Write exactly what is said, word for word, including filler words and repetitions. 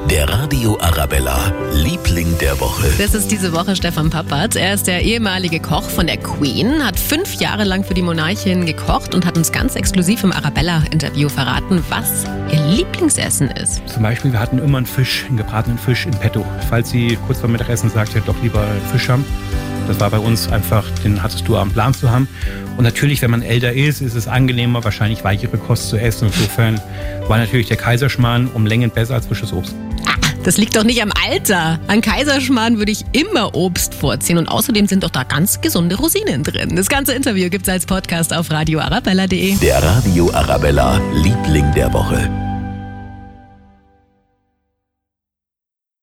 Der Radio Arabella, Liebling der Woche. Das ist diese Woche Stefan Pappertz. Er ist der ehemalige Koch von der Queen, hat fünf Jahre lang für die Monarchin gekocht und hat uns ganz exklusiv im Arabella-Interview verraten, was ihr Lieblingsessen ist. Zum Beispiel, wir hatten immer einen Fisch, einen gebratenen Fisch in petto. Falls sie kurz vor Mittagessen sagt, ihr doch lieber Fisch haben. Das war bei uns einfach, den hattest du am Plan zu haben. Und natürlich, wenn man älter ist, ist es angenehmer, wahrscheinlich weichere Kost zu essen. Insofern war natürlich der Kaiserschmarrn um Längen besser als frisches Obst. Ah, das liegt doch nicht am Alter. An Kaiserschmarrn würde ich immer Obst vorziehen. Und außerdem sind doch da ganz gesunde Rosinen drin. Das ganze Interview gibt's als Podcast auf radio arabella punkt de. Der Radio Arabella, Liebling der Woche.